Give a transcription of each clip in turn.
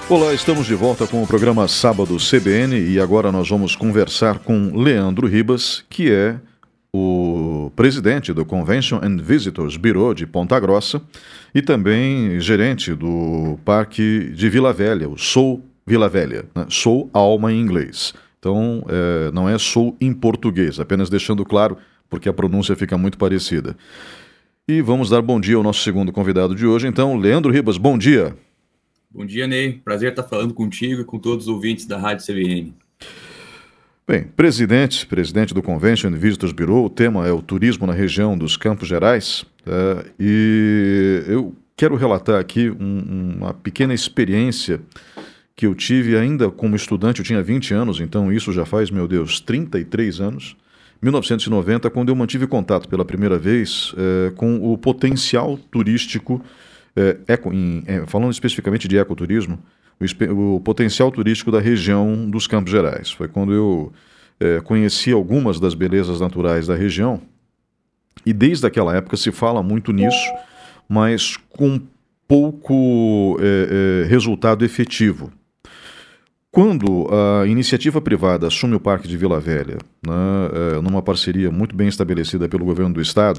Olá, estamos de volta com o programa Sábado CBN e agora nós vamos conversar com Leandro Ribas, que é o presidente do Convention and Visitors Bureau de Ponta Grossa e também gerente do Parque de Vila Velha, o Sou Vila Velha, né? Sou Alma em inglês. Então, não é Sou em português, apenas deixando claro, porque a pronúncia fica muito parecida. E vamos dar bom dia ao nosso segundo convidado de hoje. Então, Leandro Ribas, bom dia. Bom dia, Ney. Prazer estar falando contigo e com todos os ouvintes da Rádio CBN. Bem, presidente do Convention and Visitors Bureau, o tema é o turismo na região dos Campos Gerais, e eu quero relatar aqui uma pequena experiência que eu tive ainda como estudante. Eu tinha 20 anos, então isso já faz, meu Deus, 33 anos, 1990, quando eu mantive contato pela primeira vez com o potencial turístico, falando especificamente de ecoturismo, o potencial turístico da região dos Campos Gerais. Foi quando eu conheci algumas das belezas naturais da região, e desde aquela época se fala muito nisso, mas com pouco resultado efetivo. Quando a iniciativa privada assume o Parque de Vila Velha, né, numa parceria muito bem estabelecida pelo governo do estado,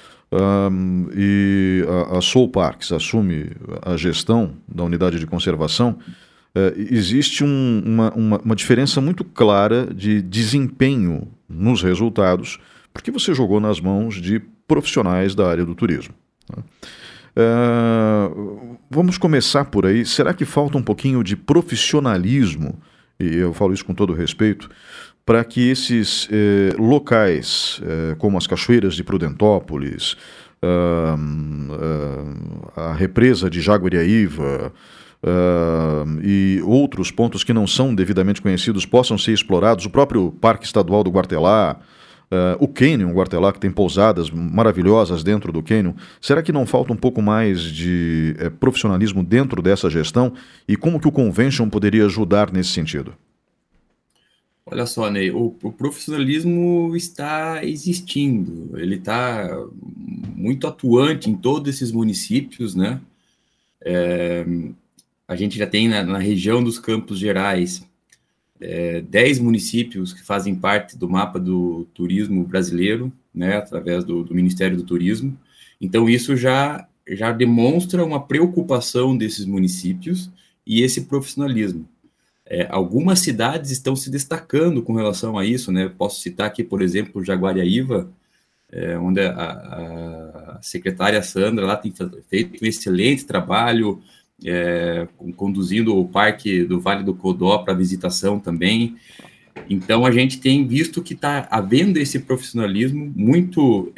e a Soul Parks assume a gestão da unidade de conservação, existe uma diferença muito clara de desempenho nos resultados, porque você jogou nas mãos de profissionais da área do turismo, né? Vamos começar por aí. Será que falta um pouquinho de profissionalismo, e eu falo isso com todo respeito, para que esses locais, como as cachoeiras de Prudentópolis, a represa de Jaguariaíva e outros pontos que não são devidamente conhecidos, possam ser explorados, o próprio Parque Estadual do Guartelá, o Canyon Guartelá, que tem pousadas maravilhosas dentro do Canyon? Será que não falta um pouco mais de profissionalismo dentro dessa gestão? E como que o Convention poderia ajudar nesse sentido? Olha só, Ney, o profissionalismo está existindo, ele está muito atuante em todos esses municípios, né? A gente já tem na região dos Campos Gerais 10 municípios que fazem parte do mapa do turismo brasileiro, né, através do Ministério do Turismo. Então, isso já demonstra uma preocupação desses municípios e esse profissionalismo. Algumas cidades estão se destacando com relação a isso, né? Posso citar aqui, por exemplo, Jaguariaíva, onde a secretária Sandra lá tem feito um excelente trabalho, conduzindo o Parque do Vale do Codó para visitação também. Então, a gente tem visto que está havendo esse profissionalismo muito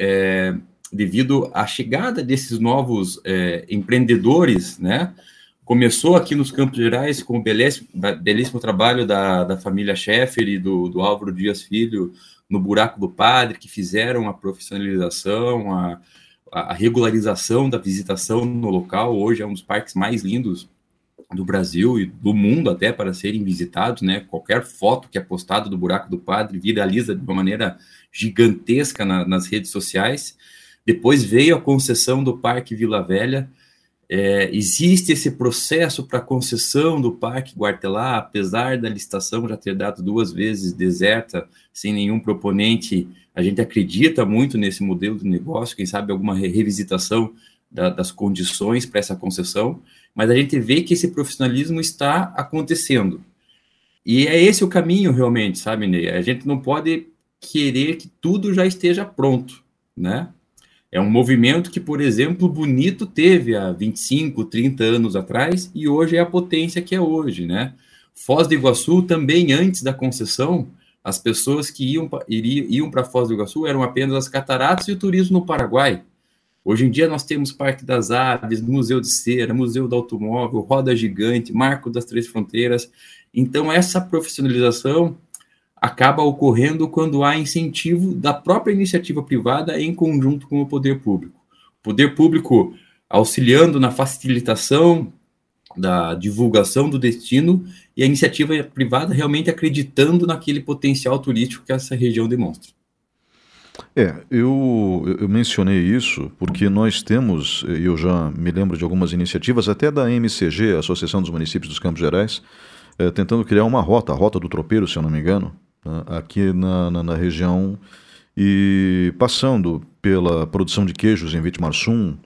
devido à chegada desses novos empreendedores, né? Começou aqui nos Campos Gerais com o belíssimo trabalho da família Scheffer e do Álvaro Dias Filho no Buraco do Padre, que fizeram a profissionalização, a regularização da visitação no local. Hoje é um dos parques mais lindos do Brasil e do mundo até para serem visitados, né? Qualquer foto que é postada do Buraco do Padre viraliza de uma maneira gigantesca nas redes sociais. Depois veio a concessão do Parque Vila Velha. Existe esse processo para concessão do Parque Guartelá, apesar da licitação já ter dado 2 vezes deserta, sem nenhum proponente. A gente acredita muito nesse modelo de negócio, quem sabe alguma revisitação das condições para essa concessão, mas a gente vê que esse profissionalismo está acontecendo. E é esse o caminho realmente, sabe, Ney? A gente não pode querer que tudo já esteja pronto, né? É um movimento que, por exemplo, Bonito teve há 25, 30 anos atrás e hoje é a potência que é hoje, né? Foz do Iguaçu também, antes da concessão, as pessoas que iam para Foz do Iguaçu eram apenas as cataratas e o turismo no Paraguai. Hoje em dia nós temos Parque das Aves, Museu de Cera, Museu do Automóvel, Roda Gigante, Marco das Três Fronteiras. Então essa profissionalização acaba ocorrendo quando há incentivo da própria iniciativa privada em conjunto com o poder público. O poder público auxiliando na facilitação da divulgação do destino e a iniciativa privada realmente acreditando naquele potencial turístico que essa região demonstra. Eu mencionei isso porque nós temos, eu já me lembro de algumas iniciativas, até da MCG, Associação dos Municípios dos Campos Gerais, tentando criar uma rota, a Rota do Tropeiro, se eu não me engano, né, aqui na região, e passando pela produção de queijos em Vitimarsum.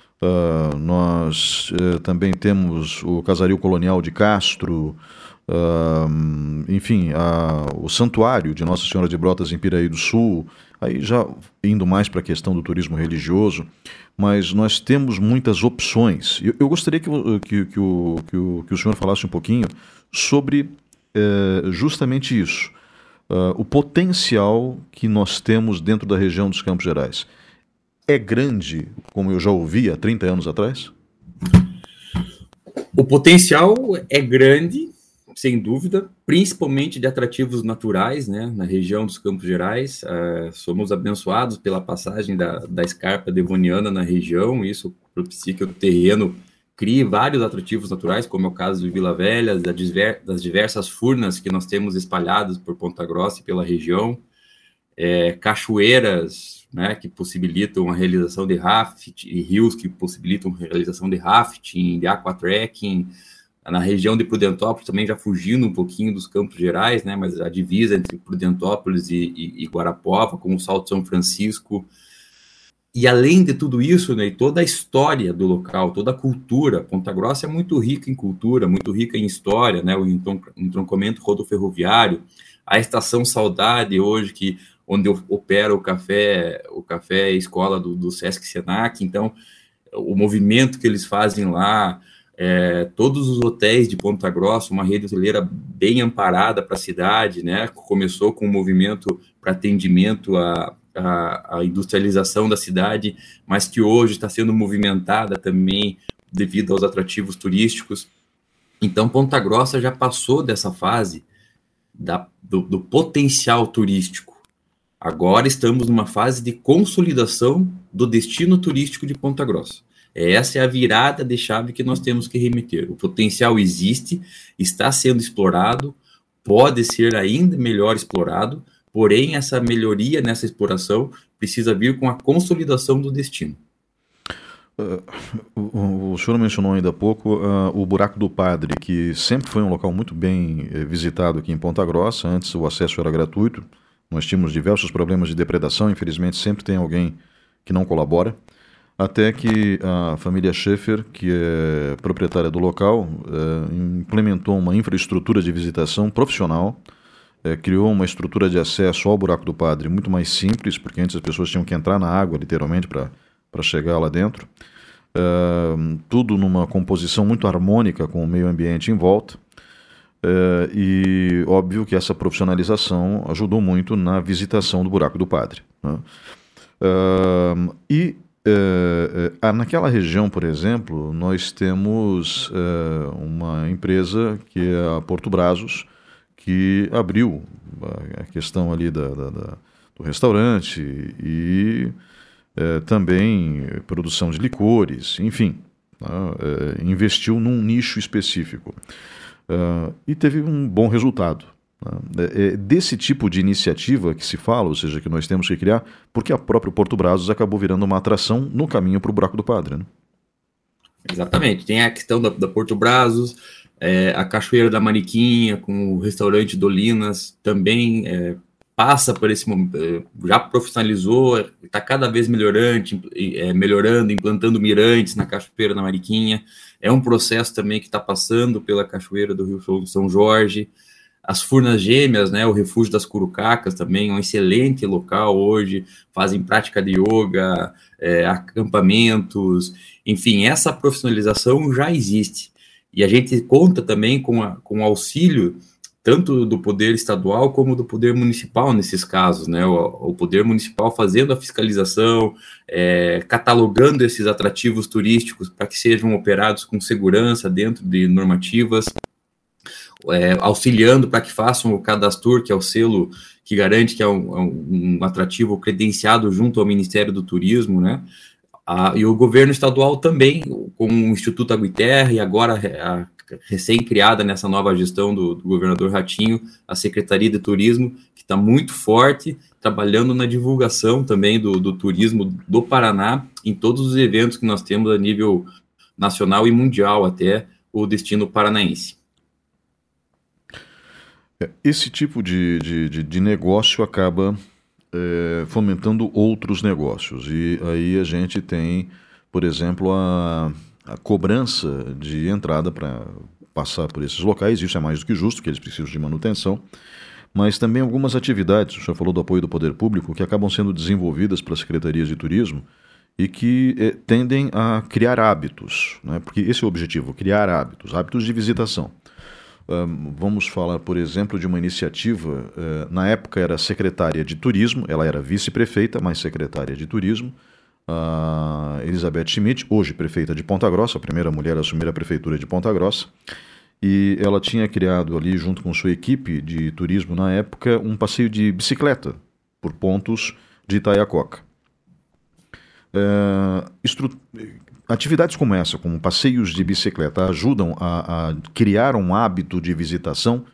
Nós também temos o Casario Colonial de Castro, enfim, o Santuário de Nossa Senhora de Brotas em Piraí do Sul, aí já indo mais para a questão do turismo religioso, mas nós temos muitas opções. Eu gostaria que o senhor falasse um pouquinho sobre justamente isso, o potencial que nós temos dentro da região dos Campos Gerais. É grande, como eu já ouvi há 30 anos atrás? O potencial é grande, sem dúvida, principalmente de atrativos naturais, né, na região dos Campos Gerais. Somos abençoados pela passagem da escarpa devoniana na região, isso propicia que o terreno crie vários atrativos naturais, como é o caso de Vila Velha, das diversas furnas que nós temos espalhadas por Ponta Grossa e pela região, cachoeiras, né, que possibilitam a realização de rafting, e rios que possibilitam a realização de rafting, de aquatrekking. Na região de Prudentópolis, também já fugindo um pouquinho dos Campos Gerais, né, mas a divisa entre Prudentópolis e Guarapuava, como o Salto São Francisco. E além de tudo isso, né, e toda a história do local, toda a cultura, Ponta Grossa é muito rica em cultura, muito rica em história, né, o entroncamento rodoferroviário, a Estação Saudade hoje, onde opera o café escola do Sesc Senac. Então, o movimento que eles fazem lá, todos os hotéis de Ponta Grossa, uma rede hoteleira bem amparada para a cidade, né, começou com um movimento para atendimento à industrialização da cidade, mas que hoje está sendo movimentada também devido aos atrativos turísticos. Então, Ponta Grossa já passou dessa fase do potencial turístico. Agora estamos numa fase de consolidação do destino turístico de Ponta Grossa. Essa é a virada de chave que nós temos que remeter. O potencial existe, está sendo explorado, pode ser ainda melhor explorado, porém essa melhoria nessa exploração precisa vir com a consolidação do destino. O senhor mencionou ainda há pouco o Buraco do Padre, que sempre foi um local muito bem visitado aqui em Ponta Grossa. Antes o acesso era gratuito, nós tínhamos diversos problemas de depredação, infelizmente sempre tem alguém que não colabora. Até que a família Schaeffer, que é proprietária do local, implementou uma infraestrutura de visitação profissional, criou uma estrutura de acesso ao Buraco do Padre muito mais simples, porque antes as pessoas tinham que entrar na água, literalmente, para chegar lá dentro. Tudo numa composição muito harmônica com o meio ambiente em volta. E óbvio que essa profissionalização ajudou muito na visitação do Buraco do Padre, né? Naquela região, por exemplo, nós temos uma empresa que é a Porto Brazos, que abriu a questão ali do restaurante e também produção de licores, enfim, investiu num nicho específico e teve um bom resultado. Desse tipo de iniciativa que se fala, ou seja, que nós temos que criar, porque a própria Porto Brazos acabou virando uma atração no caminho para o Buraco do Padre, né? Exatamente, tem a questão da Porto Brazos, a Cachoeira da Mariquinha, com o restaurante Dolinas, também passa por esse momento, já profissionalizou, está cada vez melhorando, implantando mirantes na Cachoeira da Mariquinha. É um processo também que está passando pela Cachoeira do Rio São Jorge. As Furnas Gêmeas, né, o Refúgio das Curucacas também, é um excelente local hoje, fazem prática de yoga, acampamentos, enfim, essa profissionalização já existe. E a gente conta também com o auxílio tanto do poder estadual como do poder municipal nesses casos, né, o poder municipal fazendo a fiscalização, catalogando esses atrativos turísticos para que sejam operados com segurança dentro de normativas, auxiliando para que façam o Cadastur, que é o selo que garante que é um atrativo credenciado junto ao Ministério do Turismo, né? E o governo estadual também, com o Instituto Água e Terra, e agora recém-criada nessa nova gestão do governador Ratinho, a Secretaria de Turismo, que está muito forte, trabalhando na divulgação também do turismo do Paraná, em todos os eventos que nós temos a nível nacional e mundial, até o destino paranaense. Esse tipo de negócio acaba fomentando outros negócios, e aí a gente tem, por exemplo, a cobrança de entrada para passar por esses locais. Isso é mais do que justo, que eles precisam de manutenção, mas também algumas atividades, o senhor falou do apoio do poder público, que acabam sendo desenvolvidas pelas secretarias de turismo e que tendem a criar hábitos, né? Porque esse é o objetivo, criar hábitos de visitação. Vamos falar, por exemplo, de uma iniciativa, na época era secretária de turismo, ela era vice-prefeita, mas secretária de turismo, a Elizabeth Schmidt, hoje prefeita de Ponta Grossa, a primeira mulher a assumir a prefeitura de Ponta Grossa, e ela tinha criado ali, junto com sua equipe de turismo na época, um passeio de bicicleta por pontos de Itaiacoca. Atividades como essa, como passeios de bicicleta, ajudam a criar um hábito de visitação?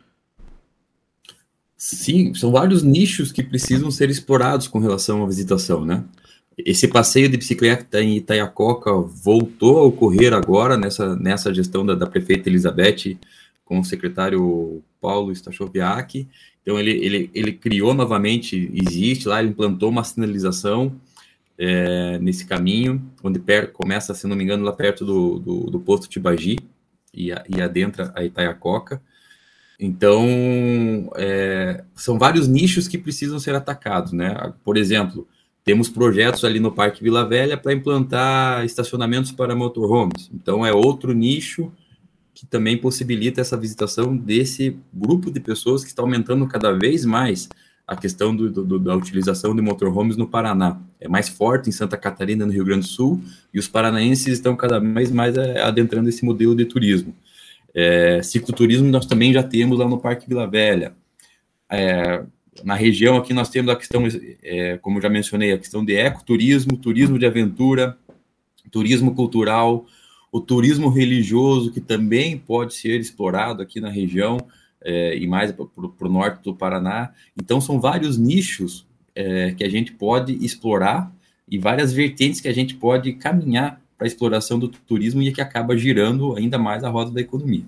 Sim, são vários nichos que precisam ser explorados com relação à visitação, né? Esse passeio de bicicleta em Itaiacoca voltou a ocorrer agora, nessa gestão da prefeita Elizabeth, com o secretário Paulo Stachowiak. Então, ele criou novamente, existe lá, ele implantou uma sinalização nesse caminho, onde começa, se não me engano, lá perto do posto Tibagi e adentra a Itaiacoca. Então, são vários nichos que precisam ser atacados, né? Por exemplo, temos projetos ali no Parque Vila Velha para implantar estacionamentos para motorhomes. Então, é outro nicho que também possibilita essa visitação desse grupo de pessoas que está aumentando cada vez mais a questão da utilização de motorhomes no Paraná. É mais forte em Santa Catarina, no Rio Grande do Sul, e os paranaenses estão cada vez mais adentrando esse modelo de turismo. Cicloturismo nós também já temos lá no Parque Vila Velha. Na região aqui nós temos a questão, como já mencionei, a questão de ecoturismo, turismo de aventura, turismo cultural, o turismo religioso, que também pode ser explorado aqui na região, e mais para o norte do Paraná. Então, são vários nichos que a gente pode explorar e várias vertentes que a gente pode caminhar para a exploração do turismo e que acaba girando ainda mais a roda da economia.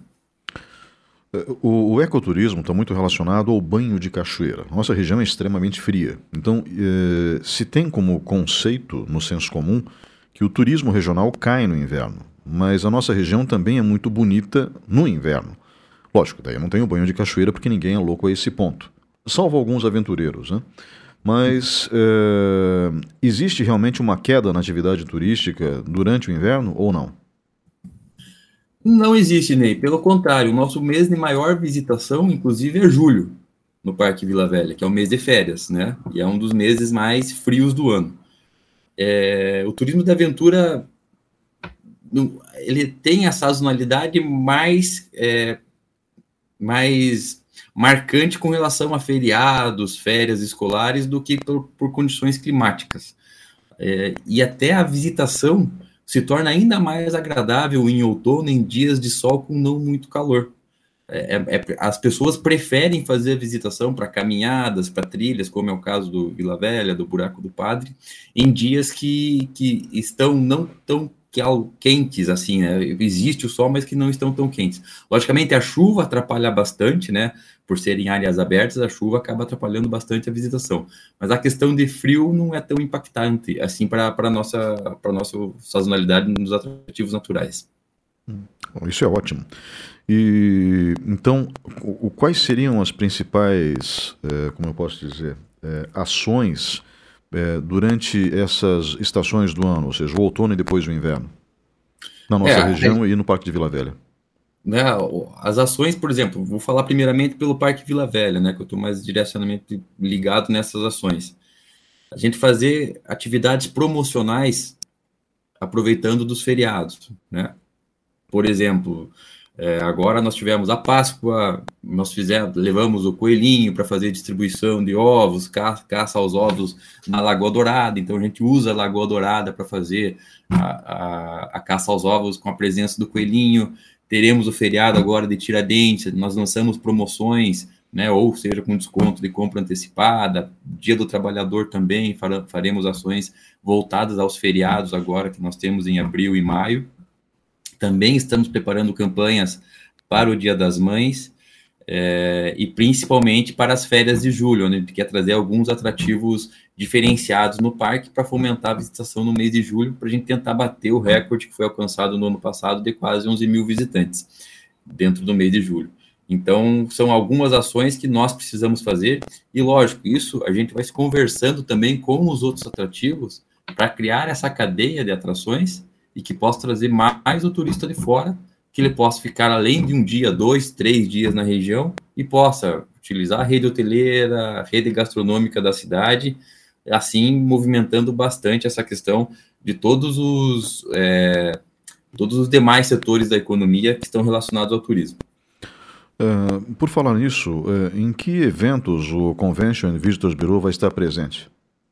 O ecoturismo está muito relacionado ao banho de cachoeira. Nossa região é extremamente fria. Então, se tem como conceito, no senso comum, que o turismo regional cai no inverno, mas a nossa região também é muito bonita no inverno. Lógico, daí eu não tenho banho de cachoeira porque ninguém é louco a esse ponto. Salvo alguns aventureiros, né? Mas existe realmente uma queda na atividade turística durante o inverno ou não? Não existe, Ney. Pelo contrário, o nosso mês de maior visitação, inclusive, é julho, no Parque Vila Velha, que é o mês de férias, né? E é um dos meses mais frios do ano. O turismo de aventura, ele tem a sazonalidade mais marcante com relação a feriados, férias escolares, do que por condições climáticas. E até a visitação se torna ainda mais agradável em outono, em dias de sol com não muito calor. As pessoas preferem fazer a visitação para caminhadas, para trilhas, como é o caso do Vila Velha, do Buraco do Padre, em dias que estão não tão quentes assim, né? Existe o sol, mas que não estão tão quentes. Logicamente, a chuva atrapalha bastante, né? Por serem áreas abertas, a chuva acaba atrapalhando bastante a visitação. Mas a questão de frio não é tão impactante assim para a nossa sazonalidade nos atrativos naturais. Bom, isso é ótimo. E então, quais seriam as principais, como eu posso dizer, ações durante essas estações do ano, ou seja, o outono e depois o inverno, na nossa região e no Parque de Vila Velha? Né, as ações, por exemplo, vou falar primeiramente pelo Parque Vila Velha, né, que eu estou mais diretamente ligado nessas ações. A gente fazer atividades promocionais aproveitando dos feriados, né? Por exemplo, agora nós tivemos a Páscoa, levamos o coelhinho para fazer distribuição de ovos, caça aos ovos na Lagoa Dourada, então a gente usa a Lagoa Dourada para fazer a caça aos ovos com a presença do coelhinho. teremos o feriado agora de Tiradentes, nós lançamos promoções, né, ou seja, com desconto de compra antecipada, Dia do Trabalhador também, faremos ações voltadas aos feriados agora que nós temos em abril e maio. Também estamos preparando campanhas para o Dia das Mães, e principalmente para as férias de julho, onde a gente quer trazer alguns atrativos diferenciados no parque para fomentar a visitação no mês de julho, para a gente tentar bater o recorde que foi alcançado no ano passado de quase 11 mil visitantes dentro do mês de julho. Então, são algumas ações que nós precisamos fazer e, lógico, isso a gente vai se conversando também com os outros atrativos para criar essa cadeia de atrações e que possa trazer mais o turista de fora, que ele possa ficar além de um dia, 2, 3 dias na região e possa utilizar a rede hoteleira, a rede gastronômica da cidade, assim movimentando bastante essa questão de todos os demais setores da economia que estão relacionados ao turismo. Por falar nisso, em que eventos o Convention Visitors Bureau vai estar presente?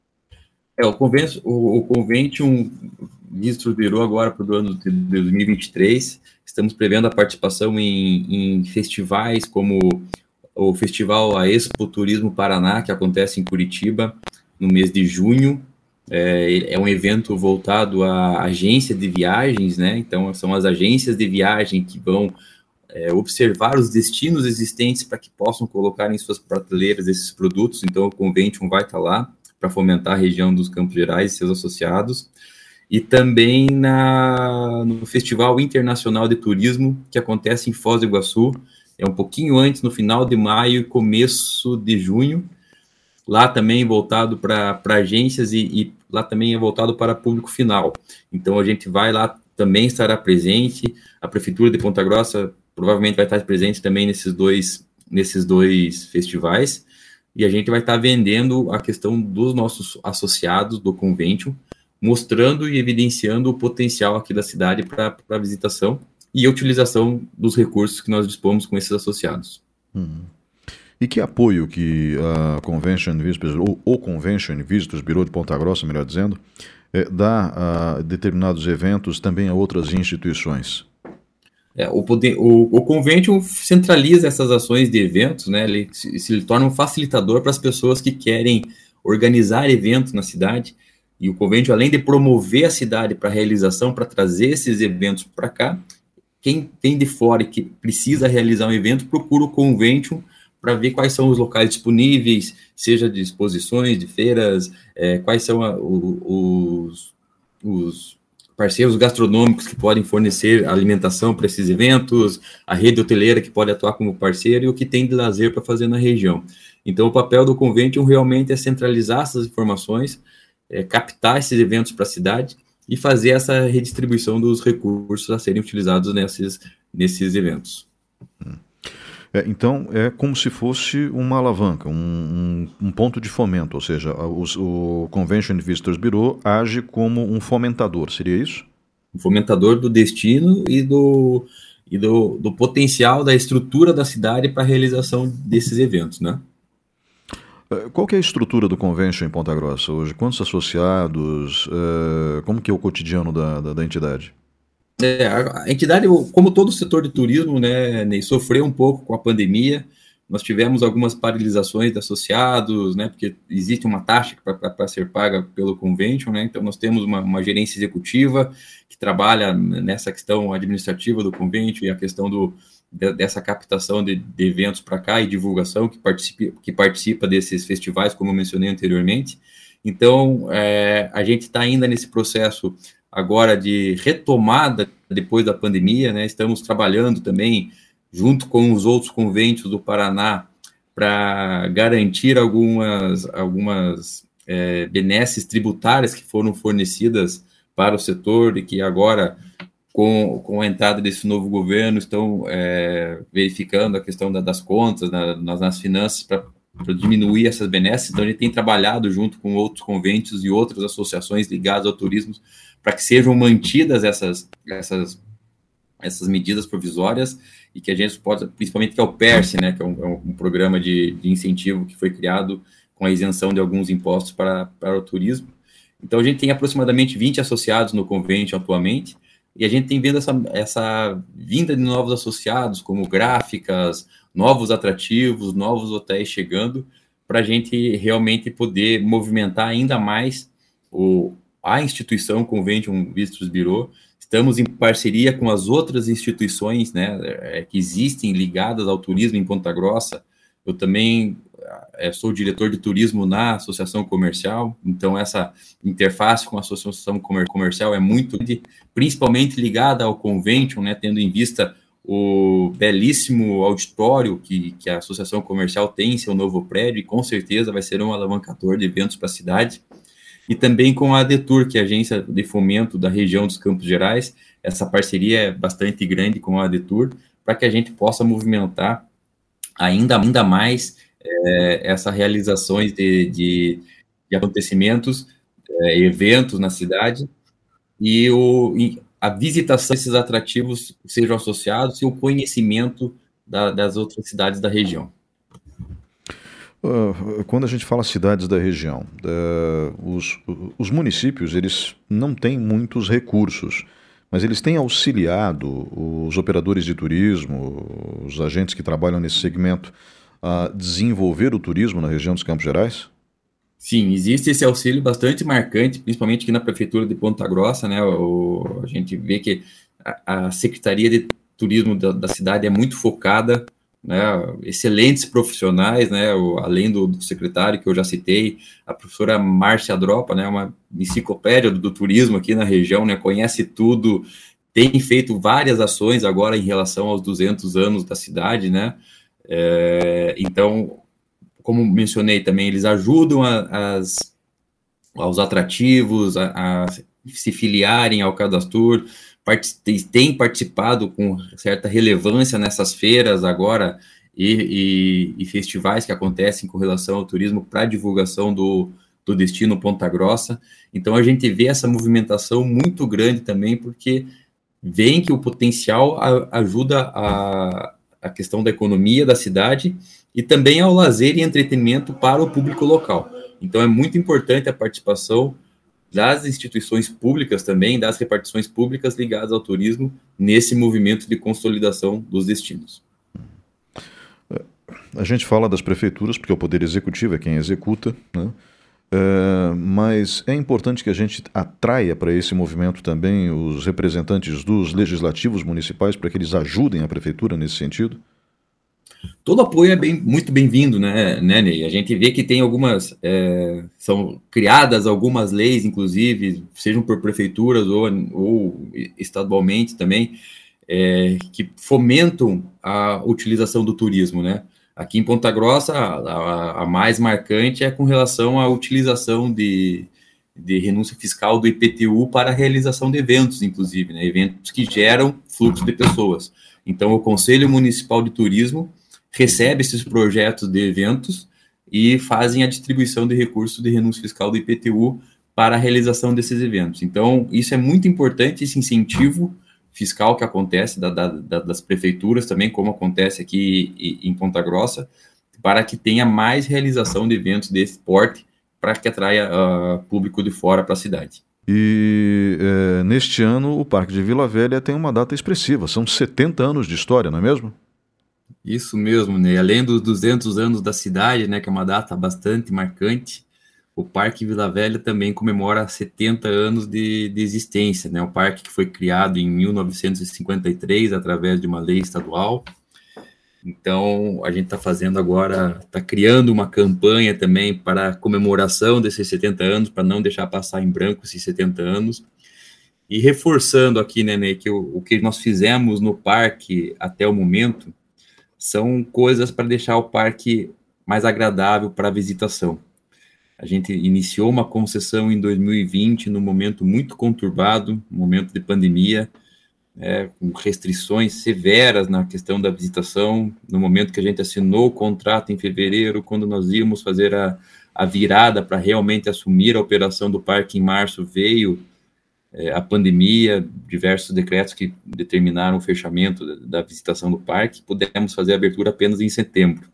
O Convention Visitors Bureau agora para o ano de 2023, estamos prevendo a participação em festivais como o Festival A Expo Turismo Paraná, que acontece em Curitiba, no mês de junho. É um evento voltado à agência de viagens, né? Então, são as agências de viagem que vão observar os destinos existentes para que possam colocar em suas prateleiras esses produtos. Então, o Convention vai estar lá para fomentar a região dos Campos Gerais e seus associados. E também no Festival Internacional de Turismo, que acontece em Foz do Iguaçu, é um pouquinho antes, no final de maio e começo de junho, lá também voltado para agências e lá também é voltado para público final. Então, a gente vai lá, também estará presente, a Prefeitura de Ponta Grossa provavelmente vai estar presente também nesses dois festivais, e a gente vai estar vendendo a questão dos nossos associados do Convention, mostrando e evidenciando o potencial aqui da cidade para a visitação e a utilização dos recursos que nós dispomos com esses associados. E que apoio que a Convention Visitors, ou o Convention Visitors Bureau de Ponta Grossa, melhor dizendo, dá a determinados eventos também a outras instituições? O Convention centraliza essas ações de eventos, né? Ele se torna um facilitador para as pessoas que querem organizar eventos na cidade. E o Convention, além de promover a cidade para a realização, para trazer esses eventos para cá, quem vem de fora e que precisa realizar um evento, procura o Convention para ver quais são os locais disponíveis, seja de exposições, de feiras, quais são os parceiros gastronômicos que podem fornecer alimentação para esses eventos, a rede hoteleira que pode atuar como parceiro e o que tem de lazer para fazer na região. Então, o papel do Convention realmente é centralizar essas informações, captar esses eventos para a cidade e fazer essa redistribuição dos recursos a serem utilizados nesses eventos. Então, é como se fosse uma alavanca, um ponto de fomento, ou seja, o Convention Visitors Bureau age como um fomentador, seria isso? Um fomentador do destino e do potencial da estrutura da cidade para a realização desses eventos, né? Qual que é a estrutura do Convention em Ponta Grossa hoje? Quantos associados? Como que é o cotidiano da entidade? A entidade, como todo o setor de turismo, né, Ney, sofreu um pouco com a pandemia. Nós tivemos algumas paralisações de associados, né, porque existe uma taxa para ser paga pelo Convention, né, então nós temos uma gerência executiva que trabalha nessa questão administrativa do Convention e a questão dessa captação de eventos para cá e divulgação que participa desses festivais, como eu mencionei anteriormente. Então, a gente está ainda nesse processo agora de retomada depois da pandemia, né? Estamos trabalhando também junto com os outros conventos do Paraná para garantir algumas benesses tributárias que foram fornecidas para o setor e que agora, com a entrada desse novo governo, estão verificando a questão das contas, nas finanças, para diminuir essas benesses. Então, a gente tem trabalhado junto com outros conventos e outras associações ligadas ao turismo para que sejam mantidas essas medidas provisórias e que a gente possa, principalmente que é o PERSE, né, que é um programa de incentivo que foi criado com a isenção de alguns impostos para o turismo. Então, a gente tem aproximadamente 20 associados no Convention atualmente. e a gente tem vendo essa vinda de novos associados, como gráficas, novos atrativos, novos hotéis chegando, para a gente realmente poder movimentar ainda mais a instituição Convention Visitors Bureau. Estamos em parceria com as outras instituições, né, que existem ligadas ao turismo em Ponta Grossa. Eu também sou diretor de turismo na Associação Comercial, então essa interface com a Associação Comercial é muito, principalmente ligada ao Convention, né, tendo em vista o belíssimo auditório que a Associação Comercial tem em seu novo prédio, e com certeza vai ser um alavancador de eventos para a cidade. E também com a ADETUR, que é a agência de fomento da região dos Campos Gerais. Essa parceria é bastante grande com a ADETUR, para que a gente possa movimentar ainda mais essas realizações de acontecimentos, eventos na cidade, e a visitação desses atrativos sejam associados e o conhecimento das outras cidades da região. Quando a gente fala cidades da região, os municípios, eles não têm muitos recursos, mas eles têm auxiliado os operadores de turismo, os agentes que trabalham nesse segmento, a desenvolver o turismo na região dos Campos Gerais? Sim, existe esse auxílio bastante marcante, principalmente aqui na Prefeitura de Ponta Grossa, né? A gente vê que a Secretaria de Turismo da cidade é muito focada, né, excelentes profissionais, né, além do secretário que eu já citei, a professora Márcia Dropa, né, uma enciclopédia do turismo aqui na região, né, conhece tudo, tem feito várias ações agora em relação aos 200 anos da cidade, né, então, como mencionei também, eles ajudam aos atrativos a se filiarem ao Cadastur, tem participado com certa relevância nessas feiras agora e festivais que acontecem com relação ao turismo para divulgação do destino Ponta Grossa. Então, a gente vê essa movimentação muito grande também, porque vem que o potencial ajuda a questão da economia da cidade e também ao lazer e entretenimento para o público local. Então, é muito importante a participação das instituições públicas também, das repartições públicas ligadas ao turismo, nesse movimento de consolidação dos destinos. A gente fala das prefeituras, porque o Poder Executivo é quem executa, né? Mas é importante que a gente atraia para esse movimento também os representantes dos legislativos municipais, para que eles ajudem a prefeitura nesse sentido? Todo apoio é muito bem-vindo, né, Ney? A gente vê que tem são criadas algumas leis, inclusive, sejam por prefeituras ou estadualmente também, que fomentam a utilização do turismo, né? Aqui em Ponta Grossa, a mais marcante é com relação à utilização de renúncia fiscal do IPTU para a realização de eventos, inclusive, né? Eventos que geram fluxo de pessoas. Então, o Conselho Municipal de Turismo recebe esses projetos de eventos e fazem a distribuição de recursos de renúncia fiscal do IPTU para a realização desses eventos. Então, isso é muito importante, esse incentivo fiscal que acontece das prefeituras também, como acontece aqui em Ponta Grossa, para que tenha mais realização de eventos desse porte, para que atraia público de fora para a cidade. E neste ano o Parque de Vila Velha tem uma data expressiva, são 70 anos de história, não é mesmo? Isso mesmo, né? Além dos 200 anos da cidade, né, que é uma data bastante marcante, o Parque Vila Velha também comemora 70 anos de existência, né? O parque que foi criado em 1953 através de uma lei estadual. Então, a gente está fazendo agora, está criando uma campanha também para a comemoração desses 70 anos, para não deixar passar em branco esses 70 anos. E reforçando aqui, né, que o que nós fizemos no parque até o momento são coisas para deixar o parque mais agradável para a visitação. A gente iniciou uma concessão em 2020, num momento muito conturbado, momento de pandemia, com restrições severas na questão da visitação. No momento que a gente assinou o contrato em fevereiro, quando nós íamos fazer a virada para realmente assumir a operação do parque em março, veio a pandemia, diversos decretos que determinaram o fechamento da visitação do parque. Pudemos fazer a abertura apenas em setembro.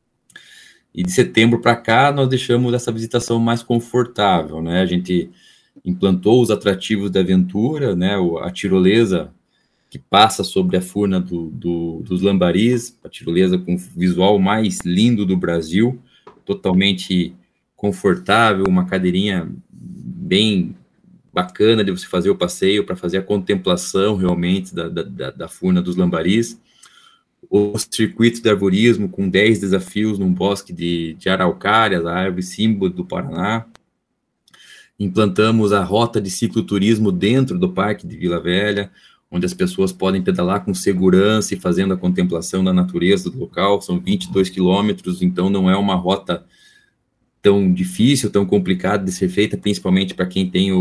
E de setembro para cá, nós deixamos essa visitação mais confortável, né? A gente implantou os atrativos da aventura, né, a tirolesa que passa sobre a furna dos Lambaris, a tirolesa com o visual mais lindo do Brasil, totalmente confortável, uma cadeirinha bem bacana de você fazer o passeio, para fazer a contemplação realmente da furna dos Lambaris. O circuito de arborismo com 10 desafios num bosque de araucárias, a árvore símbolo do Paraná. Implantamos a rota de cicloturismo dentro do Parque de Vila Velha, onde as pessoas podem pedalar com segurança e fazendo a contemplação da natureza do local. São 22 quilômetros, então não é uma rota tão difícil, tão complicada de ser feita, principalmente para quem tem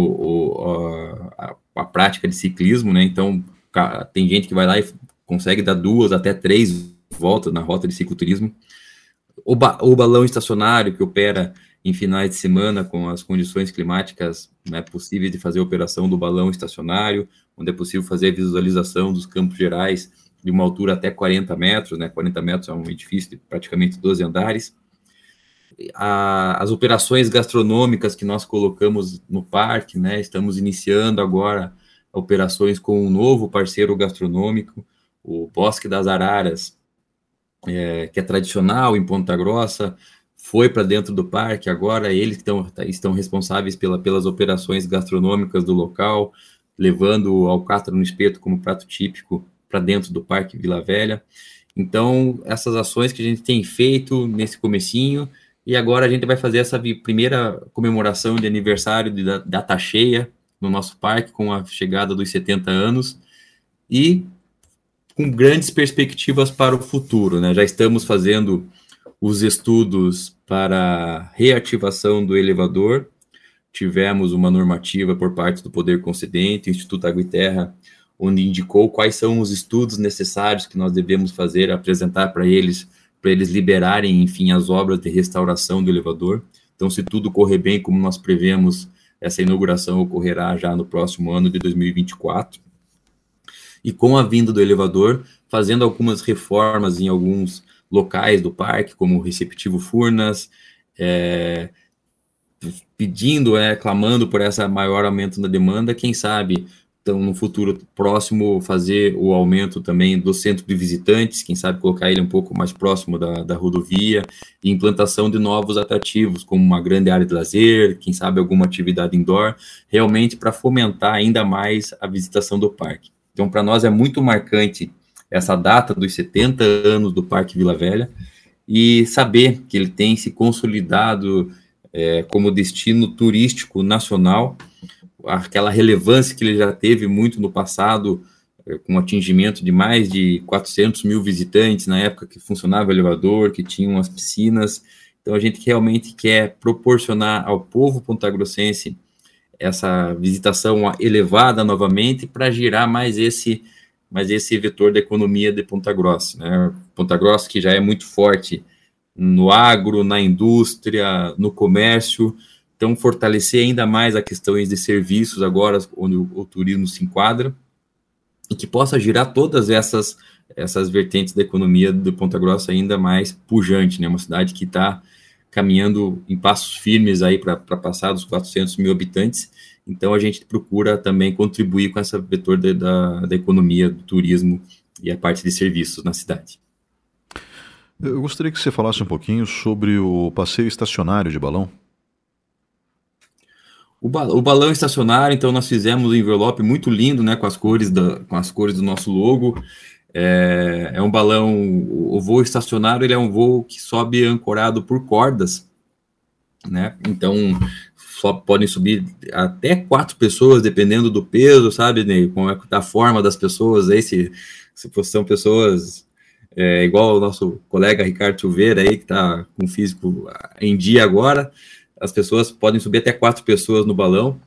a prática de ciclismo, né? Então, tem gente que vai lá e consegue dar 2 até 3 voltas na rota de cicloturismo. O balão estacionário, que opera em finais de semana com as condições climáticas, né, possíveis de fazer a operação do balão estacionário, onde é possível fazer a visualização dos Campos Gerais de uma altura até 40 metros, né? 40 metros é um edifício de praticamente 12 andares. As operações gastronômicas que nós colocamos no parque, né? Estamos iniciando agora operações com um novo parceiro gastronômico, o Bosque das Araras, que é tradicional em Ponta Grossa, foi para dentro do parque, agora eles estão responsáveis pelas operações gastronômicas do local, levando o alcatra no espeto como prato típico para dentro do Parque Vila Velha. Então, essas ações que a gente tem feito nesse comecinho, e agora a gente vai fazer essa primeira comemoração de aniversário de data cheia no nosso parque, com a chegada dos 70 anos, e com grandes perspectivas para o futuro, né? Já estamos fazendo os estudos para reativação do elevador. Tivemos uma normativa por parte do Poder Concedente, o Instituto Água e Terra, onde indicou quais são os estudos necessários que nós devemos fazer, apresentar para eles liberarem, enfim, as obras de restauração do elevador. Então, se tudo correr bem, como nós prevemos, essa inauguração ocorrerá já no próximo ano de 2024. E com a vinda do elevador, fazendo algumas reformas em alguns locais do parque, como o receptivo Furnas, pedindo, clamando por esse maior aumento na demanda, quem sabe, então, no futuro próximo, fazer o aumento também do centro de visitantes, quem sabe colocar ele um pouco mais próximo da rodovia, e implantação de novos atrativos, como uma grande área de lazer, quem sabe alguma atividade indoor, realmente para fomentar ainda mais a visitação do parque. Então, para nós é muito marcante essa data dos 70 anos do Parque Vila Velha, e saber que ele tem se consolidado como destino turístico nacional, aquela relevância que ele já teve muito no passado, com atingimento de mais de 400 mil visitantes na época que funcionava o elevador, que tinham as piscinas. Então, a gente realmente quer proporcionar ao povo pontagrossense essa visitação elevada novamente para girar mais esse vetor da economia de Ponta Grossa, né? Ponta Grossa, que já é muito forte no agro, na indústria, no comércio. Então, fortalecer ainda mais a questões de serviços agora, onde o turismo se enquadra, e que possa girar todas essas vertentes da economia de Ponta Grossa ainda mais pujante, né? Uma cidade que está caminhando em passos firmes aí para passar dos 400 mil habitantes. Então, a gente procura também contribuir com esse vetor da economia, do turismo e a parte de serviços na cidade. Eu gostaria que você falasse um pouquinho sobre o passeio estacionário de balão. O balão estacionário, então, nós fizemos um envelope muito lindo, né, com as cores do nosso logo. É um balão, o voo estacionário, ele é um voo que sobe ancorado por cordas, né? Então, só podem subir até 4 pessoas, dependendo do peso, sabe, né? Como é que tá a forma das pessoas aí, se são pessoas igual o nosso colega Ricardo Silveira aí, que está com físico em dia agora. As pessoas podem subir até 4 pessoas no balão.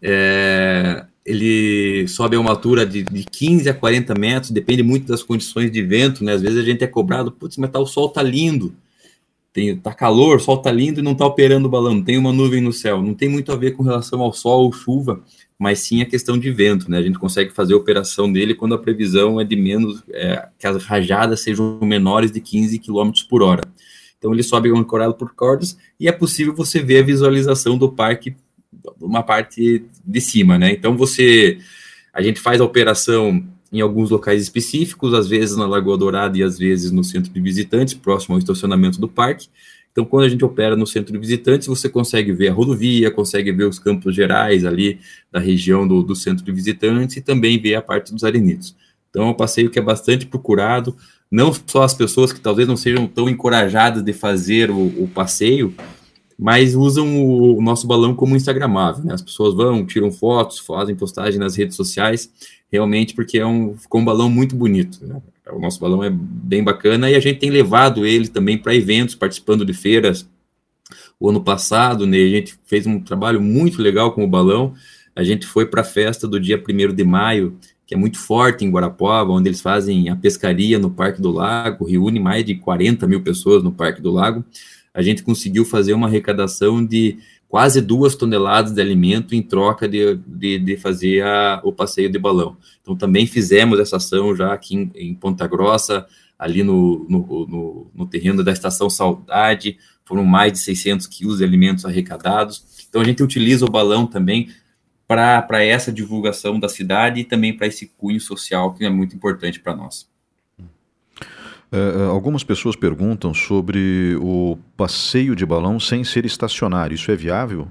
Ele sobe a uma altura de 15 a 40 metros, depende muito das condições de vento, né? Às vezes a gente é cobrado, putz, mas o sol tá lindo, tá calor, o sol tá lindo e não tá operando o balão, não tem uma nuvem no céu. Não tem muito a ver com relação ao sol ou chuva, mas sim a questão de vento, né? A gente consegue fazer a operação dele quando a previsão é de menos, que as rajadas sejam menores de 15 km por hora. Então, ele sobe ancorado por cordas e é possível você ver a visualização do parque uma parte de cima, né? Então a gente faz a operação em alguns locais específicos, às vezes na Lagoa Dourada e às vezes no centro de visitantes, próximo ao estacionamento do parque. Então, quando a gente opera no centro de visitantes, você consegue ver a rodovia, consegue ver os campos gerais ali da região do centro de visitantes e também ver a parte dos arenitos. Então, é um passeio que é bastante procurado, não só as pessoas que talvez não sejam tão encorajadas de fazer o passeio, mas usam o nosso balão como instagramável, né? As pessoas vão, tiram fotos, fazem postagem nas redes sociais, realmente porque ficou um balão muito bonito, né? O nosso balão é bem bacana e a gente tem levado ele também para eventos, participando de feiras. O ano passado, né, a gente fez um trabalho muito legal com o balão. A gente foi para a festa do dia 1º de maio, que é muito forte em Guarapuava, onde eles fazem a pescaria no Parque do Lago, reúne mais de 40 mil pessoas no Parque do Lago. A gente conseguiu fazer uma arrecadação de quase 2 toneladas de alimento em troca de fazer o passeio de balão. Então, também fizemos essa ação já aqui em Ponta Grossa, ali no terreno da Estação Saudade, foram mais de 600 quilos de alimentos arrecadados. Então, a gente utiliza o balão também para essa divulgação da cidade e também para esse cunho social que é muito importante para nós. Algumas pessoas perguntam sobre o passeio de balão sem ser estacionário. Isso é viável?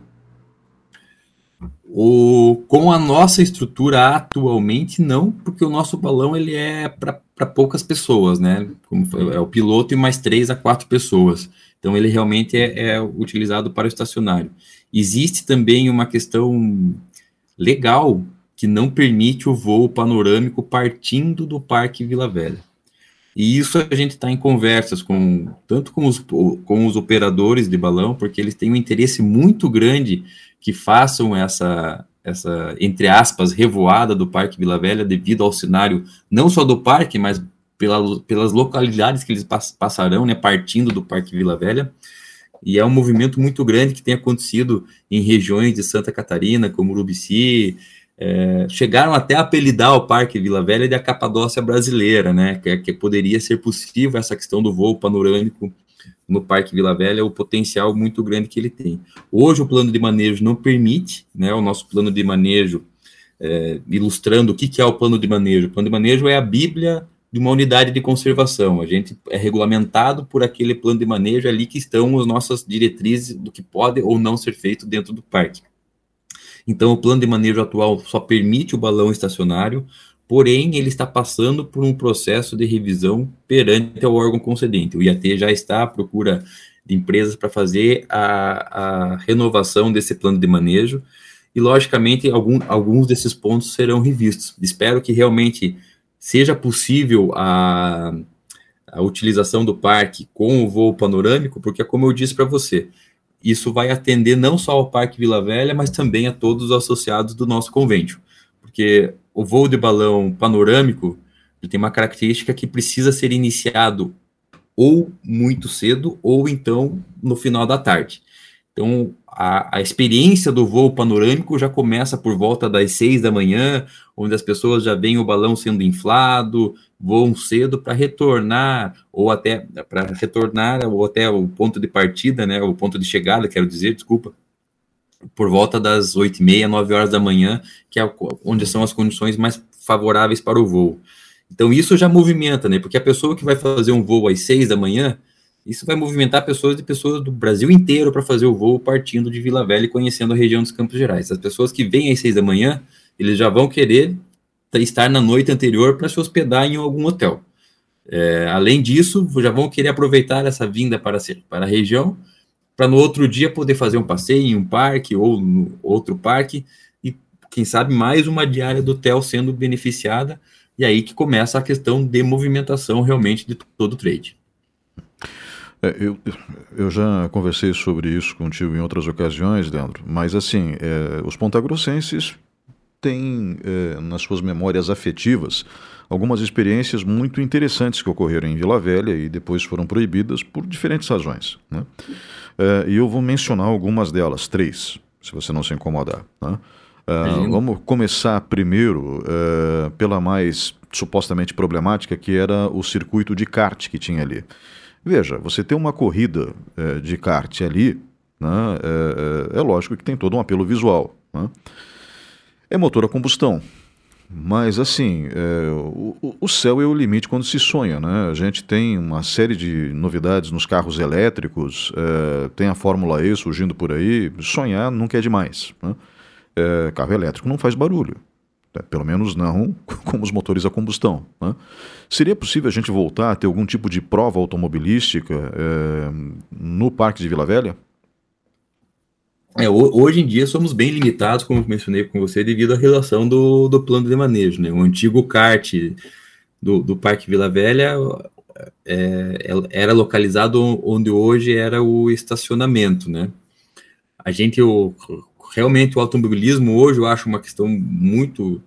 Com a nossa estrutura atualmente, não, porque o nosso balão ele é para poucas pessoas, né? É o piloto e mais 3 a 4 pessoas. Então, ele realmente é utilizado para o estacionário. Existe também uma questão legal que não permite o voo panorâmico partindo do Parque Vila Velha. E isso a gente está em conversas tanto com os operadores de balão, porque eles têm um interesse muito grande que façam essa, entre aspas, revoada do Parque Vila Velha, devido ao cenário, não só do parque, mas pelas localidades que eles passarão, né, partindo do Parque Vila Velha. E é um movimento muito grande que tem acontecido em regiões de Santa Catarina, como Urubici. Chegaram até a apelidar o Parque Vila Velha de a Capadócia brasileira, né? Que poderia ser possível essa questão do voo panorâmico no Parque Vila Velha, o potencial muito grande que ele tem. Hoje o plano de manejo não permite, né? O nosso plano de manejo, ilustrando o que é o plano de manejo. O plano de manejo é a bíblia de uma unidade de conservação. A gente é regulamentado por aquele plano de manejo, ali que estão as nossas diretrizes do que pode ou não ser feito dentro do parque. Então, o plano de manejo atual só permite o balão estacionário, porém, ele está passando por um processo de revisão perante o órgão concedente. O IAT já está à procura de empresas para fazer a renovação desse plano de manejo, e, logicamente, alguns desses pontos serão revistos. Espero que realmente seja possível a utilização do parque com o voo panorâmico, porque, como eu disse para você, isso vai atender não só ao Parque Vila Velha, mas também a todos os associados do nosso convênio. Porque o voo de balão panorâmico ele tem uma característica que precisa ser iniciado ou muito cedo, ou então no final da tarde. Então, a experiência do voo panorâmico já começa por volta das 6 da manhã, onde as pessoas já veem o balão sendo inflado, voam cedo para retornar, ou até o ponto de partida, né, o ponto de chegada, quero dizer, desculpa, por volta das 8h30, 9 horas da manhã, que é onde são as condições mais favoráveis para o voo. Então, isso já movimenta, né, porque a pessoa que vai fazer um voo às 6 da manhã, isso vai movimentar pessoas do Brasil inteiro para fazer o voo partindo de Vila Velha e conhecendo a região dos Campos Gerais. As pessoas que vêm às 6 da manhã, eles já vão querer estar na noite anterior para se hospedar em algum hotel. Além disso, já vão querer aproveitar essa vinda para a região, para no outro dia poder fazer um passeio em um parque ou no outro parque, e quem sabe mais uma diária do hotel sendo beneficiada, e aí que começa a questão de movimentação realmente de todo o trade. Eu já conversei sobre isso contigo em outras ocasiões, Leandro, mas assim, os pontagrossenses têm nas suas memórias afetivas algumas experiências muito interessantes que ocorreram em Vila Velha e depois foram proibidas por diferentes razões, né? E eu vou mencionar algumas delas, 3, se você não se incomodar, né? Vamos começar primeiro pela mais supostamente problemática, que era o circuito de kart que tinha ali. Veja, você tem uma corrida de kart ali, né? É lógico que tem todo um apelo visual, né? É motor a combustão. Mas, assim, o céu é o limite quando se sonha, né? A gente tem uma série de novidades nos carros elétricos, tem a Fórmula E surgindo por aí. Sonhar nunca é demais, né? Carro elétrico não faz barulho, né? Pelo menos não como os motores a combustão, né? Seria possível a gente voltar a ter algum tipo de prova automobilística no Parque de Vila Velha? Hoje em dia somos bem limitados, como eu mencionei com você, devido à relação do plano de manejo, né? O antigo kart do Parque Vila Velha era localizado onde hoje era o estacionamento, né? Realmente o automobilismo hoje eu acho uma questão muito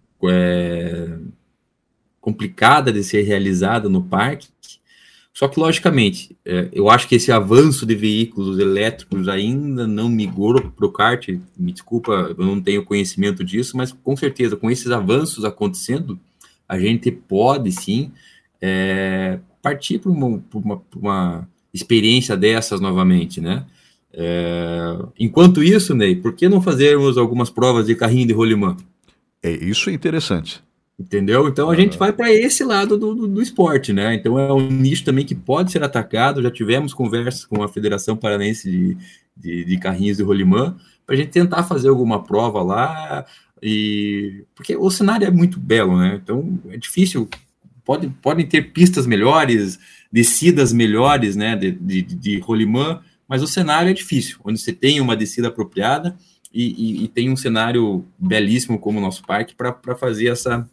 complicada de ser realizada no parque. Só que, logicamente, eu acho que esse avanço de veículos elétricos ainda não migrou para o kart. Me desculpa, eu não tenho conhecimento disso, mas com certeza, com esses avanços acontecendo, a gente pode sim partir para uma experiência dessas novamente, né? Enquanto isso, Ney, por que não fazermos algumas provas de carrinho de rolimã? Isso é interessante. Entendeu? Então a gente vai para esse lado do esporte, né? Então é um nicho também que pode ser atacado. Já tivemos conversas com a Federação Paranense de Carrinhos de Rolimã para a gente tentar fazer alguma prova lá, porque o cenário é muito belo, né? Então é difícil. Podem ter pistas melhores, descidas melhores, né? De rolimã, mas o cenário é difícil, onde você tem uma descida apropriada e tem um cenário belíssimo como o nosso parque para fazer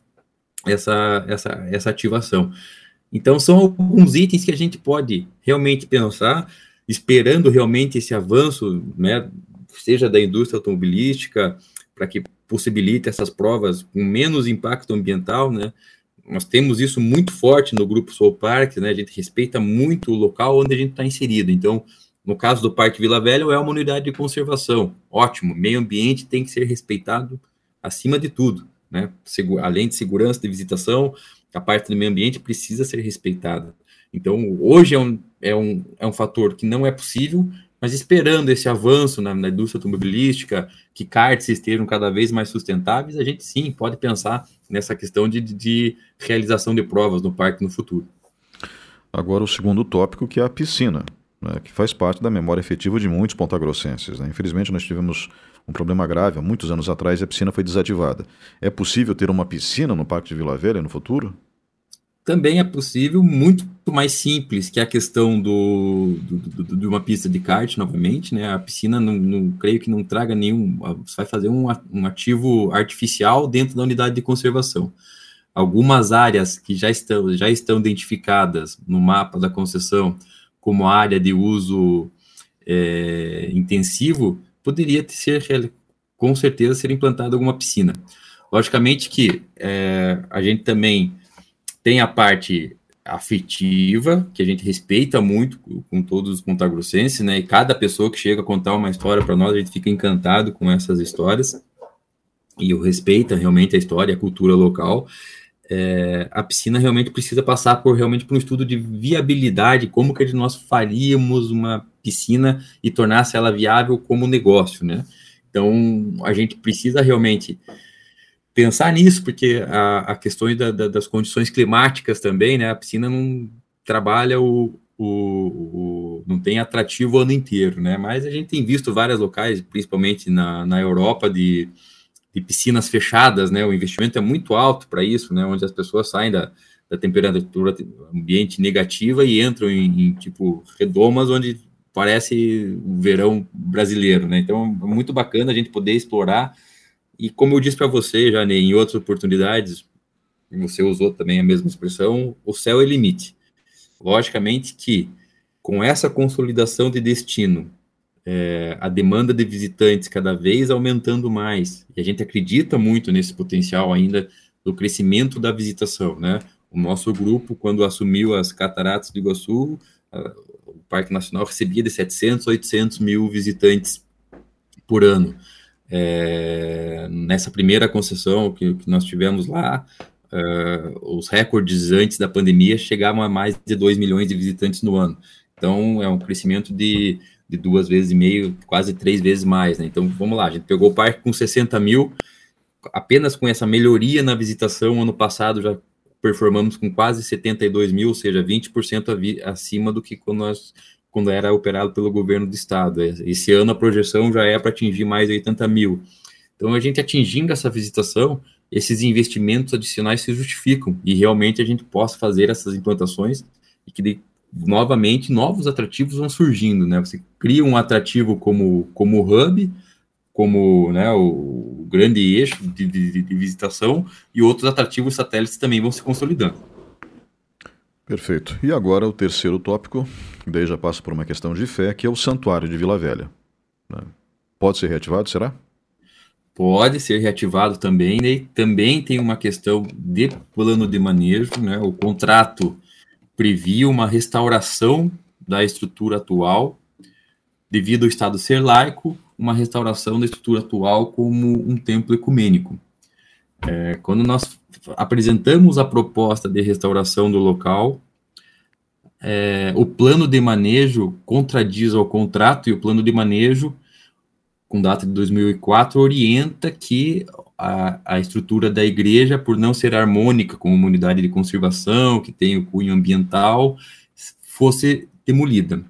essa ativação. Então, são alguns itens que a gente pode realmente pensar, esperando realmente esse avanço, né, seja da indústria automobilística, para que possibilite essas provas com menos impacto ambiental, né? Nós temos isso muito forte no Grupo Soul Park, né? A gente respeita muito o local onde a gente está inserido. Então, no caso do Parque Vila Velha, é uma unidade de conservação. Ótimo, meio ambiente tem que ser respeitado acima de tudo, né? Além de segurança de visitação, a parte do meio ambiente precisa ser respeitada. Então, hoje é um fator que não é possível, mas esperando esse avanço na indústria automobilística, que karts estejam cada vez mais sustentáveis, a gente sim pode pensar nessa questão de realização de provas no parque no futuro. Agora, o segundo tópico, que é a piscina, né, que faz parte da memória afetiva de muitos pontagrossenses, né? Infelizmente, nós tivemos um problema grave há muitos anos atrás e a piscina foi desativada. É possível ter uma piscina no Parque de Vila Velha no futuro? Também é possível, muito mais simples que a questão de uma pista de kart, novamente, né? A piscina, não creio que não traga nenhum... Você vai fazer um ativo artificial dentro da unidade de conservação. Algumas áreas que já estão identificadas no mapa da concessão como área de uso intensivo, poderia com certeza ser implantada alguma piscina. Logicamente que a gente também tem a parte afetiva, que a gente respeita muito com todos os pontagrossenses, né? E cada pessoa que chega a contar uma história para nós, a gente fica encantado com essas histórias. E eu respeito realmente a história, a cultura local. A piscina realmente precisa passar por um estudo de viabilidade, como que nós faríamos uma piscina e tornasse ela viável como negócio, né? Então, a gente precisa realmente pensar nisso, porque a questões das condições climáticas também, né? A piscina não trabalha não tem atrativo o ano inteiro, né? Mas a gente tem visto vários locais, principalmente na Europa, de piscinas fechadas, né? O investimento é muito alto para isso, né? Onde as pessoas saem da temperatura ambiente negativa e entram em tipo redomas, onde parece o verão brasileiro, né? Então é muito bacana a gente poder explorar. E como eu disse para você já, né, em outras oportunidades, você usou também a mesma expressão, o céu é limite. Logicamente que com essa consolidação de destino, a demanda de visitantes cada vez aumentando mais, e a gente acredita muito nesse potencial ainda do crescimento da visitação, né? O nosso grupo, quando assumiu as Cataratas do Iguaçu, o Parque Nacional recebia de 700 a 800 mil visitantes por ano. Nessa primeira concessão que nós tivemos lá, os recordes antes da pandemia chegavam a mais de 2 milhões de visitantes no ano. Então, é um crescimento de de 2,5 vezes, quase 3 vezes mais, né? Então, vamos lá, a gente pegou o parque com 60 mil, apenas com essa melhoria na visitação, ano passado já performamos com quase 72 mil, ou seja, 20% acima do que quando era operado pelo governo do estado. Esse ano a projeção já é para atingir mais de 80 mil. Então, a gente atingindo essa visitação, esses investimentos adicionais se justificam e realmente a gente possa fazer essas implantações e que, novamente, novos atrativos vão surgindo, né? Você cria um atrativo como hub, como, né, o grande eixo de visitação, e outros atrativos satélites também vão se consolidando. Perfeito. E agora o terceiro tópico, daí já passa por uma questão de fé, que é o Santuário de Vila Velha. Pode ser reativado, será? Pode ser reativado também, né? Também tem uma questão de plano de manejo, né? O contrato previa uma restauração da estrutura atual, devido ao Estado ser laico, uma restauração da estrutura atual como um templo ecumênico. Quando nós apresentamos a proposta de restauração do local, o plano de manejo contradiz ao contrato, e o plano de manejo, com data de 2004, orienta que a estrutura da igreja, por não ser harmônica com uma unidade de conservação, que tem o cunho ambiental, fosse demolida.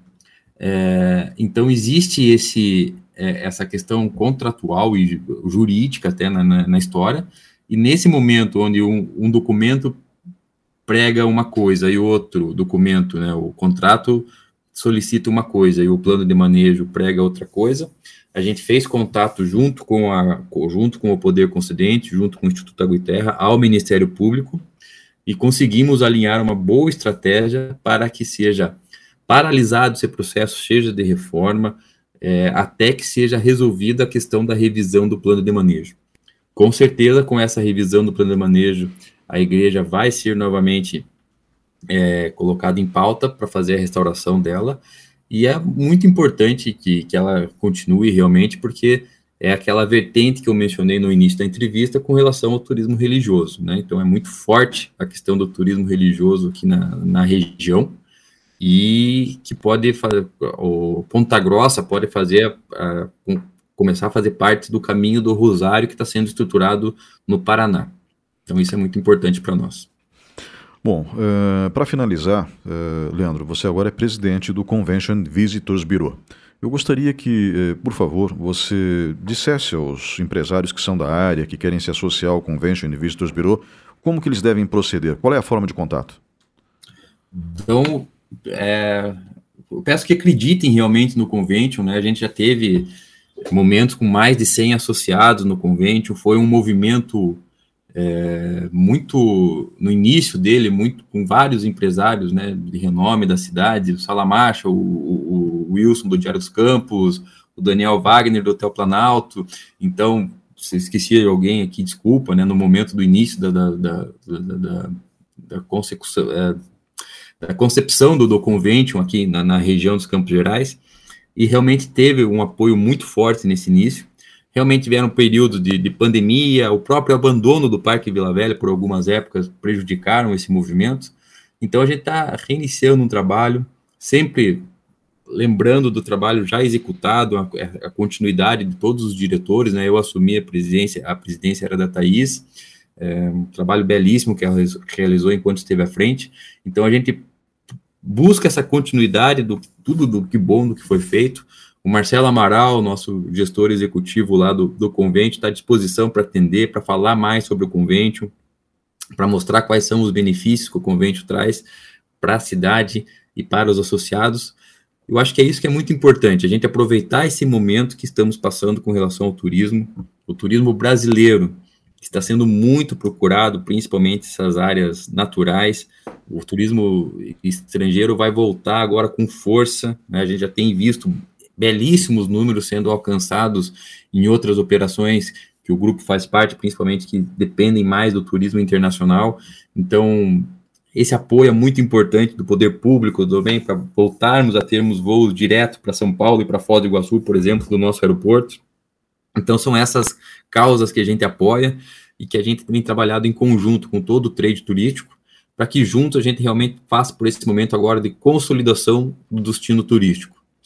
Então, existe essa questão contratual e jurídica até na história, e nesse momento onde um documento prega uma coisa e outro documento, né, o contrato solicita uma coisa e o plano de manejo prega outra coisa, a gente fez contato junto com o Poder Concedente, junto com o Instituto Água e Terra, ao Ministério Público, e conseguimos alinhar uma boa estratégia para que seja paralisado esse processo, seja de reforma, até que seja resolvida a questão da revisão do plano de manejo. Com certeza, com essa revisão do plano de manejo, a igreja vai ser novamente colocada em pauta para fazer a restauração dela, e é muito importante que ela continue realmente, porque é aquela vertente que eu mencionei no início da entrevista com relação ao turismo religioso, né? Então, é muito forte a questão do turismo religioso aqui na região, e que pode fazer, o Ponta Grossa pode fazer, começar a fazer parte do caminho do Rosário que está sendo estruturado no Paraná. Então, isso é muito importante para nós. Bom, para finalizar, Leandro, você agora é presidente do Convention Visitors Bureau. Eu gostaria que, por favor, você dissesse aos empresários que são da área, que querem se associar ao Convention Visitors Bureau, como que eles devem proceder, qual é a forma de contato? Então, eu peço que acreditem realmente no Convention, né? A gente já teve momentos com mais de 100 associados no Convention, foi um movimento muito, no início dele, muito com vários empresários, né, de renome da cidade, o Salamacha, o Wilson do Diário dos Campos, o Daniel Wagner do Hotel Planalto. Então, se esqueci de alguém aqui, desculpa, né, no momento do início da concepção do Convention aqui na região dos Campos Gerais, e realmente teve um apoio muito forte nesse início. Realmente tiveram períodos de pandemia, o próprio abandono do Parque Vila Velha por algumas épocas prejudicaram esse movimento. Então, a gente está reiniciando um trabalho, sempre lembrando do trabalho já executado, a continuidade de todos os diretores, né? Eu assumi a presidência era da Thaís, um trabalho belíssimo que ela realizou enquanto esteve à frente. Então, a gente busca essa continuidade tudo do que bom do que foi feito. O Marcelo Amaral, nosso gestor executivo lá do Convention, está à disposição para atender, para falar mais sobre o Convention, para mostrar quais são os benefícios que o Convention traz para a cidade e para os associados. Eu acho que é isso que é muito importante, a gente aproveitar esse momento que estamos passando com relação ao turismo, o turismo brasileiro, que está sendo muito procurado, principalmente essas áreas naturais. O turismo estrangeiro vai voltar agora com força, né? A gente já tem visto belíssimos números sendo alcançados em outras operações que o grupo faz parte, principalmente que dependem mais do turismo internacional. Então, esse apoio é muito importante do poder público também, para voltarmos a termos voos direto para São Paulo e para Foz do Iguaçu, por exemplo, do nosso aeroporto. Então, são essas causas que a gente apoia e que a gente tem trabalhado em conjunto com todo o trade turístico, para que juntos a gente realmente passe por esse momento agora de consolidação do destino turístico,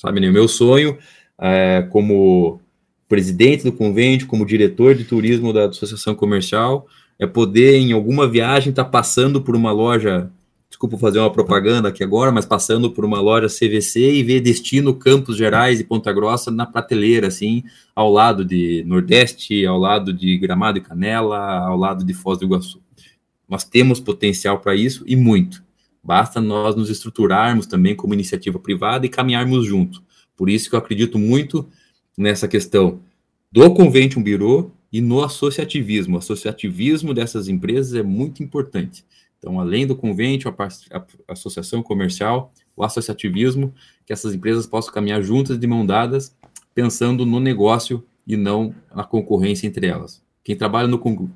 sabe, né? O meu sonho, como presidente do convênio, como diretor de turismo da Associação Comercial, é poder, em alguma viagem, estar passando por uma loja, desculpa fazer uma propaganda aqui agora, mas passando por uma loja CVC e ver Destino Campos Gerais e Ponta Grossa na prateleira, assim, ao lado de Nordeste, ao lado de Gramado e Canela, ao lado de Foz do Iguaçu. Nós temos potencial para isso e muito. Basta nós nos estruturarmos também como iniciativa privada e caminharmos junto. Por isso que eu acredito muito nessa questão do Convention Bureau e no associativismo. O associativismo dessas empresas é muito importante. Então, além do Convention, a associação comercial, o associativismo, que essas empresas possam caminhar juntas de mão dadas, pensando no negócio e não na concorrência entre elas. Quem trabalha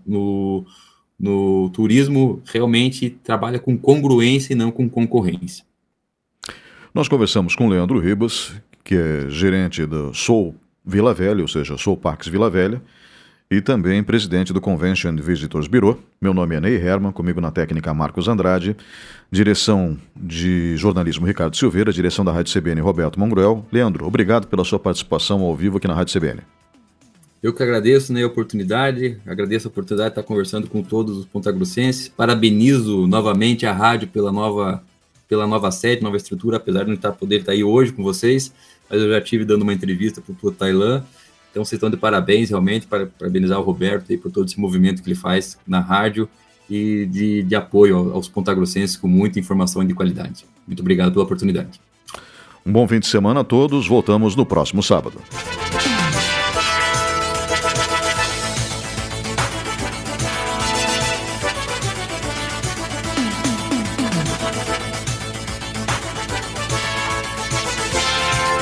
no turismo realmente trabalha com congruência e não com concorrência. Nós conversamos com Leandro Ribas, que é gerente do Soul Vila Velha, ou seja, Soul Parques Vila Velha, e também presidente do Convention Visitors Bureau. Meu nome é Ney Herman, comigo na técnica Marcos Andrade, direção de jornalismo Ricardo Silveira, direção da Rádio CBN Roberto Mongruel. Leandro, obrigado pela sua participação ao vivo aqui na Rádio CBN. Eu que agradeço, né, agradeço a oportunidade de estar conversando com todos os pontagrossenses. Parabenizo novamente a rádio pela nova sede, nova estrutura, apesar de não poder estar aí hoje com vocês, mas eu já estive dando uma entrevista para o Tailã. Então, vocês estão de parabéns, realmente, para parabenizar o Roberto aí por todo esse movimento que ele faz na rádio e de apoio aos pontagrossenses com muita informação e de qualidade. Muito obrigado pela oportunidade. Um bom fim de semana a todos. Voltamos no próximo sábado.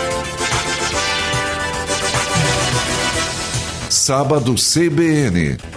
Sábado CBN.